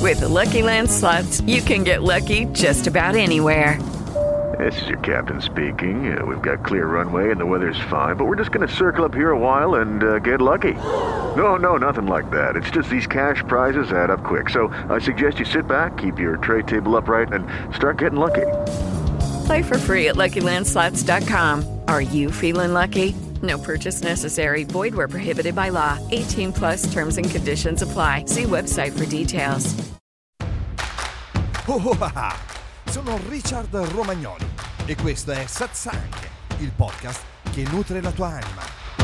With the Lucky Land Slots, you can get lucky just about anywhere. This is your captain speaking. We've got clear runway and the weather's fine, but we're just going to circle up here a while and get lucky. No, nothing like that. It's just these cash prizes add up quick. So I suggest you sit back, keep your tray table upright, and start getting lucky. Play for free at LuckyLandSlots.com. Are you feeling lucky? No purchase necessary. Void where prohibited by law. 18 plus terms and conditions apply. See website for details. Sono Richard Romagnoli e questo è Satsang, il podcast che nutre la tua anima.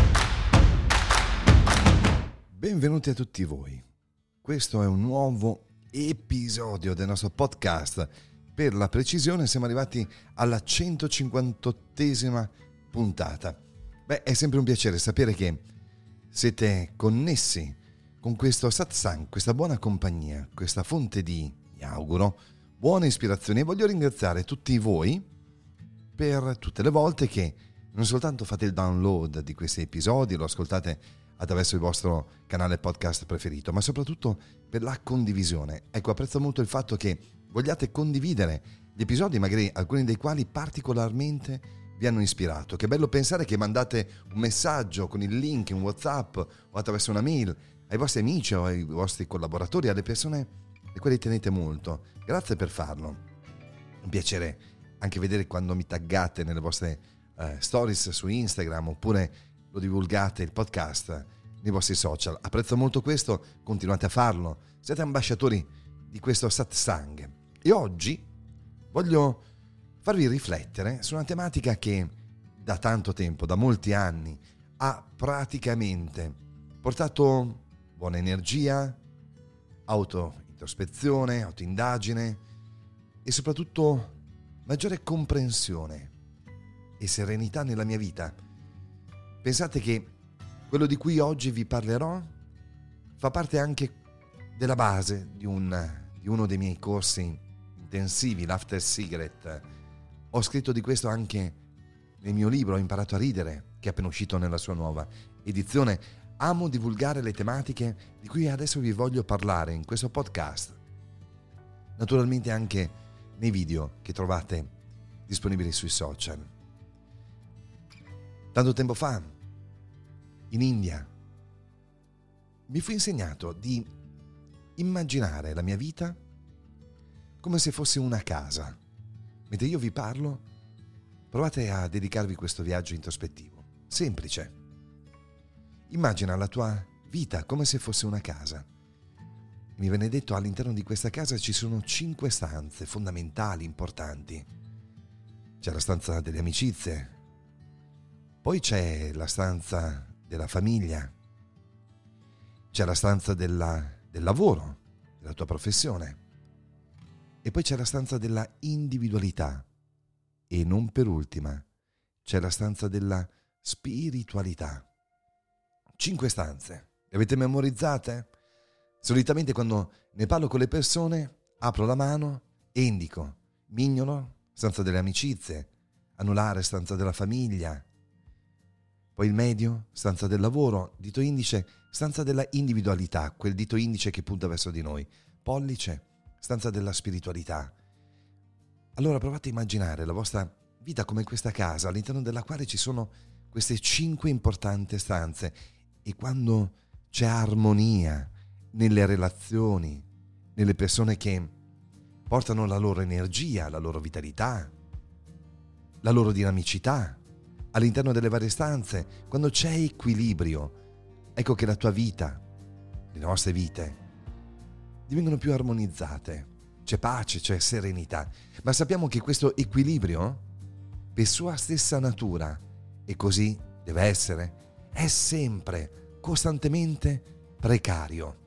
Benvenuti a tutti voi. Questo è un nuovo episodio del nostro podcast. Per la precisione siamo arrivati alla 158esima puntata. È sempre un piacere sapere che siete connessi con questo satsang, questa buona compagnia, questa fonte di, mi auguro, buone ispirazioni. E voglio ringraziare tutti voi per tutte le volte che non soltanto fate il download di questi episodi, lo ascoltate attraverso il vostro canale podcast preferito, ma soprattutto per la condivisione. Ecco, apprezzo molto il fatto che vogliate condividere gli episodi, magari alcuni dei quali particolarmente vi hanno ispirato. Che bello pensare che mandate un messaggio con il link in WhatsApp o attraverso una mail ai vostri amici o ai vostri collaboratori, alle persone le quali tenete molto. Grazie per farlo. Un piacere anche vedere quando mi taggate nelle vostre stories su Instagram oppure lo divulgate il podcast nei vostri social. Apprezzo molto questo, continuate a farlo. Siete ambasciatori di questo satsang. E oggi voglio farvi riflettere su una tematica che da tanto tempo, da molti anni, ha praticamente portato buona energia, autointrospezione, autoindagine e soprattutto maggiore comprensione e serenità nella mia vita. Pensate che quello di cui oggi vi parlerò fa parte anche della base di uno dei miei corsi intensivi, l'After Cigarette. Ho scritto di questo anche nel mio libro Ho imparato a ridere, che è appena uscito nella sua nuova edizione. Amo divulgare le tematiche di cui adesso vi voglio parlare in questo podcast. Naturalmente anche nei video che trovate disponibili sui social. Tanto tempo fa, in India, mi fu insegnato di immaginare la mia vita come se fosse una casa. Mentre io vi parlo, provate a dedicarvi questo viaggio introspettivo. Semplice. Immagina la tua vita come se fosse una casa. Mi venne detto all'interno di questa casa ci sono 5 stanze fondamentali, importanti. C'è la stanza delle amicizie, poi c'è la stanza della famiglia, c'è la stanza del lavoro, della tua professione, e poi c'è la stanza della individualità e non per ultima c'è la stanza della spiritualità. 5 stanze. Le avete memorizzate? Solitamente quando ne parlo con le persone apro la mano e indico mignolo, stanza delle amicizie, anulare, stanza della famiglia, poi il medio, stanza del lavoro, dito indice, stanza della individualità, quel dito indice che punta verso di noi, pollice, stanza della spiritualità. Allora provate a immaginare la vostra vita come questa casa all'interno della quale ci sono queste 5 importanti stanze, e quando c'è armonia nelle relazioni, nelle persone che portano la loro energia, la loro vitalità, la loro dinamicità all'interno delle varie stanze, quando c'è equilibrio, ecco che la tua vita, le nostre vite, divengono più armonizzate. C'è pace, c'è serenità. Ma sappiamo che questo equilibrio, per sua stessa natura, e così deve essere, è sempre, costantemente precario.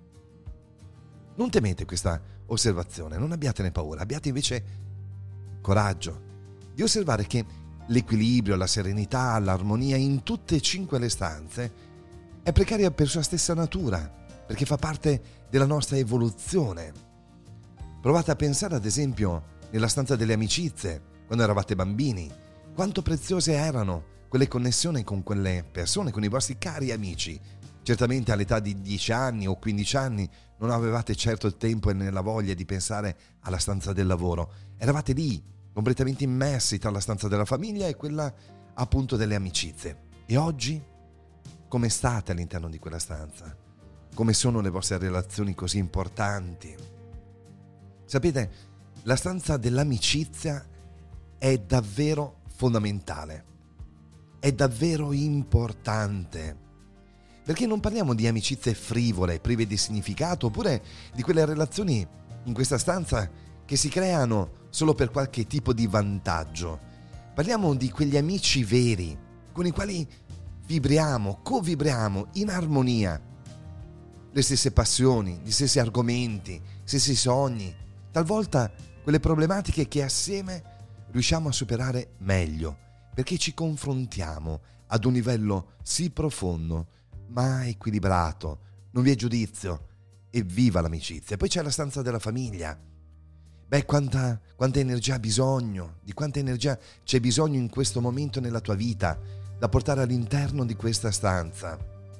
Non temete questa osservazione, non abbiatene paura, abbiate invece coraggio di osservare che l'equilibrio, la serenità, l'armonia in tutte e 5 le stanze è precaria per sua stessa natura, perché fa parte della nostra evoluzione. Provate a pensare ad esempio nella stanza delle amicizie, quando eravate bambini, quanto preziose erano quelle connessioni con quelle persone, con i vostri cari amici. Certamente all'età di 10 anni o 15 anni non avevate certo il tempo e né la voglia di pensare alla stanza del lavoro. Eravate lì, completamente immersi tra la stanza della famiglia e quella appunto delle amicizie. E oggi, come state all'interno di quella stanza? Come sono le vostre relazioni così importanti? Sapete, la stanza dell'amicizia è davvero fondamentale, è davvero importante, perché non parliamo di amicizie frivole, prive di significato, oppure di quelle relazioni in questa stanza che si creano solo per qualche tipo di vantaggio. Parliamo di quegli amici veri, con i quali vibriamo, covibriamo in armonia, le stesse passioni, gli stessi argomenti, gli stessi sogni, talvolta quelle problematiche che assieme riusciamo a superare meglio, perché ci confrontiamo ad un livello sì profondo, ma equilibrato, non vi è giudizio, e viva l'amicizia. Poi c'è la stanza della famiglia. Quanta energia ha bisogno, di quanta energia c'è bisogno in questo momento nella tua vita, da portare all'interno di questa stanza.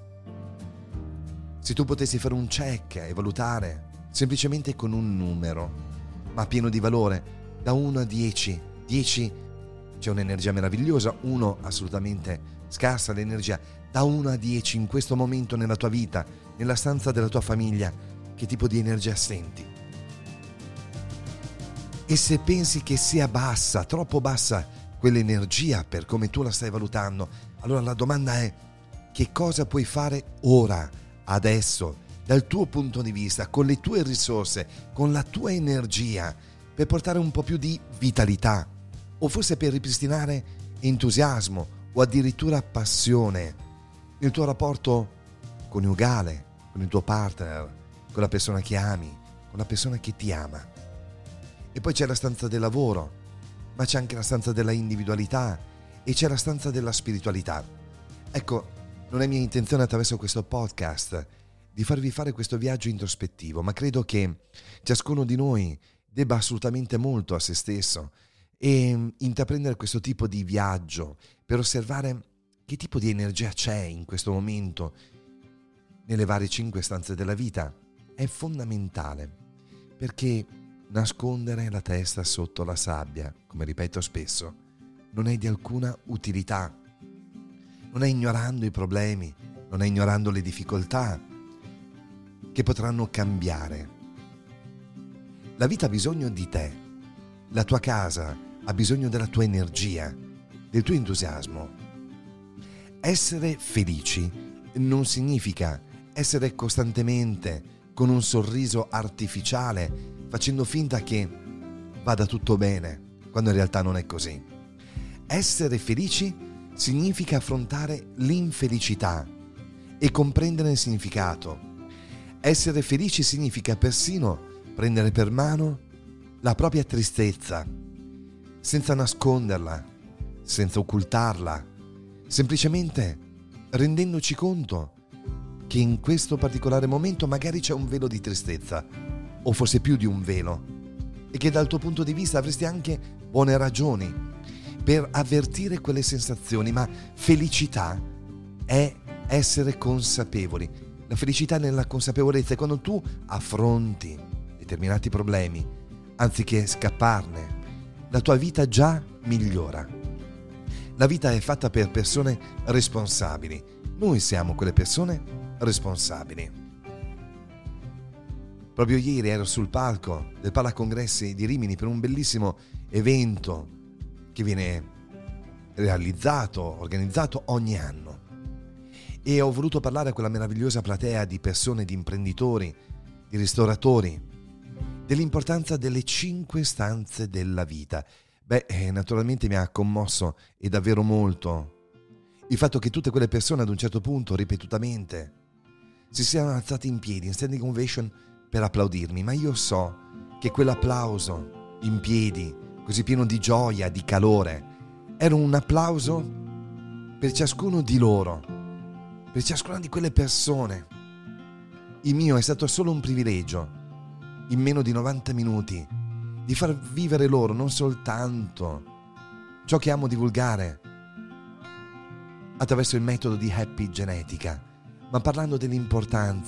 Se tu potessi fare un check e valutare semplicemente con un numero, ma pieno di valore, da 1 a 10, 10 c'è un'energia meravigliosa, 1 assolutamente scarsa l'energia, da 1 a 10 in questo momento nella tua vita, nella stanza della tua famiglia, che tipo di energia senti? E se pensi che sia bassa, troppo bassa quell'energia per come tu la stai valutando, allora la domanda è: che cosa puoi fare ora, adesso, dal tuo punto di vista, con le tue risorse, con la tua energia, per portare un po' più di vitalità, o forse per ripristinare entusiasmo o addirittura passione nel tuo rapporto coniugale, con il tuo partner, con la persona che ami, con la persona che ti ama. E poi c'è la stanza del lavoro, ma c'è anche la stanza della individualità e c'è la stanza della spiritualità. Ecco, non è mia intenzione attraverso questo podcast di farvi fare questo viaggio introspettivo, ma credo che ciascuno di noi debba assolutamente molto a se stesso e intraprendere questo tipo di viaggio per osservare che tipo di energia c'è in questo momento nelle varie 5 stanze della vita. È fondamentale, perché nascondere la testa sotto la sabbia, come ripeto spesso, non è di alcuna utilità. Non è ignorando i problemi, non è ignorando le difficoltà che potranno cambiare. La vita ha bisogno di te, la tua casa ha bisogno della tua energia, del tuo entusiasmo. Essere felici non significa essere costantemente con un sorriso artificiale, facendo finta che vada tutto bene, quando in realtà non è così. Essere felici significa affrontare l'infelicità e comprendere il significato. Essere felici significa persino prendere per mano la propria tristezza, senza nasconderla, senza occultarla, semplicemente rendendoci conto che in questo particolare momento magari c'è un velo di tristezza, o forse più di un velo, e che dal tuo punto di vista avresti anche buone ragioni per avvertire quelle sensazioni, ma felicità è essere consapevoli. La felicità nella consapevolezza è quando tu affronti determinati problemi, anziché scapparne, la tua vita già migliora. La vita è fatta per persone responsabili. Noi siamo quelle persone responsabili. Proprio ieri ero sul palco del Palacongressi di Rimini per un bellissimo evento che viene organizzato ogni anno. E ho voluto parlare a quella meravigliosa platea di persone, di imprenditori, di ristoratori, dell'importanza delle 5 stanze della vita. Naturalmente mi ha commosso e davvero molto il fatto che tutte quelle persone ad un certo punto, ripetutamente, si siano alzate in piedi, in standing ovation, per applaudirmi, ma io so che quell'applauso in piedi, così pieno di gioia, di calore, era un applauso per ciascuno di loro, per ciascuna di quelle persone. Il mio è stato solo un privilegio, in meno di 90 minuti, di far vivere loro non soltanto ciò che amo divulgare attraverso il metodo di Happy Genetica, ma parlando dell'importanza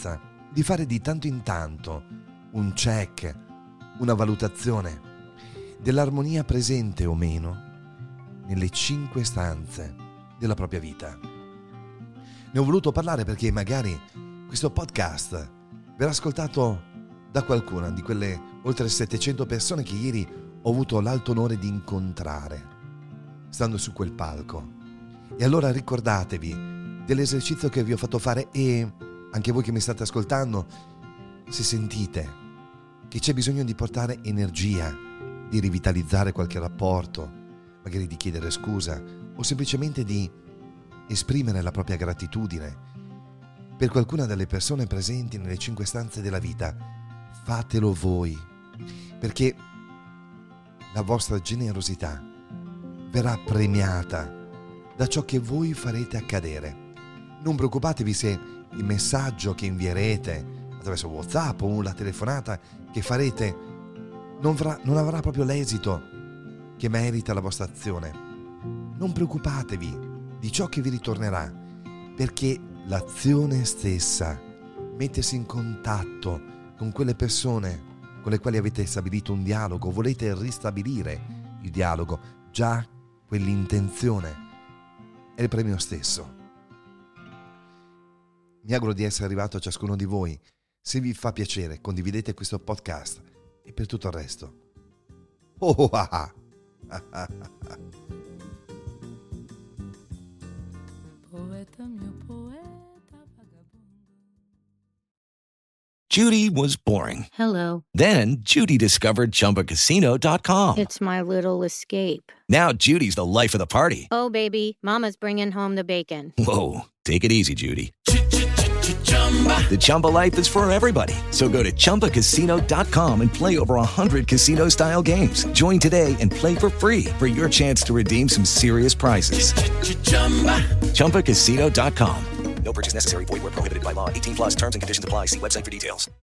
di fare di tanto in tanto un check, una valutazione dell'armonia presente o meno nelle 5 stanze della propria vita. Ne ho voluto parlare perché magari questo podcast verrà ascoltato da qualcuna di quelle oltre 700 persone che ieri ho avuto l'alto onore di incontrare, stando su quel palco. E allora ricordatevi dell'esercizio che vi ho fatto fare, e anche voi che mi state ascoltando, se sentite che c'è bisogno di portare energia, di rivitalizzare qualche rapporto, magari di chiedere scusa o semplicemente di esprimere la propria gratitudine per qualcuna delle persone presenti nelle 5 stanze della vita, fatelo voi, perché la vostra generosità verrà premiata da ciò che voi farete accadere. Non preoccupatevi se il messaggio che invierete attraverso WhatsApp o la telefonata che farete non avrà proprio l'esito che merita la vostra azione. Non preoccupatevi di ciò che vi ritornerà, perché l'azione stessa, mettersi in contatto con quelle persone con le quali avete stabilito un dialogo, volete ristabilire il dialogo, già quell'intenzione è il premio stesso. Mi auguro di essere arrivato a ciascuno di voi. Se vi fa piacere, condividete questo podcast, e per tutto il resto, Judy was boring. Hello. Then Judy discovered ChumbaCasino.com. It's my little escape. Now Judy's the life of the party. Oh, baby, mama's bringing home the bacon. Whoa, take it easy, Judy. The Chumba life is for everybody. So go to ChumbaCasino.com and play over 100 casino-style games. Join today and play for free for your chance to redeem some serious prizes. ChumbaCasino.com. No purchase necessary. Void where prohibited by law. 18+ terms and conditions apply. See website for details.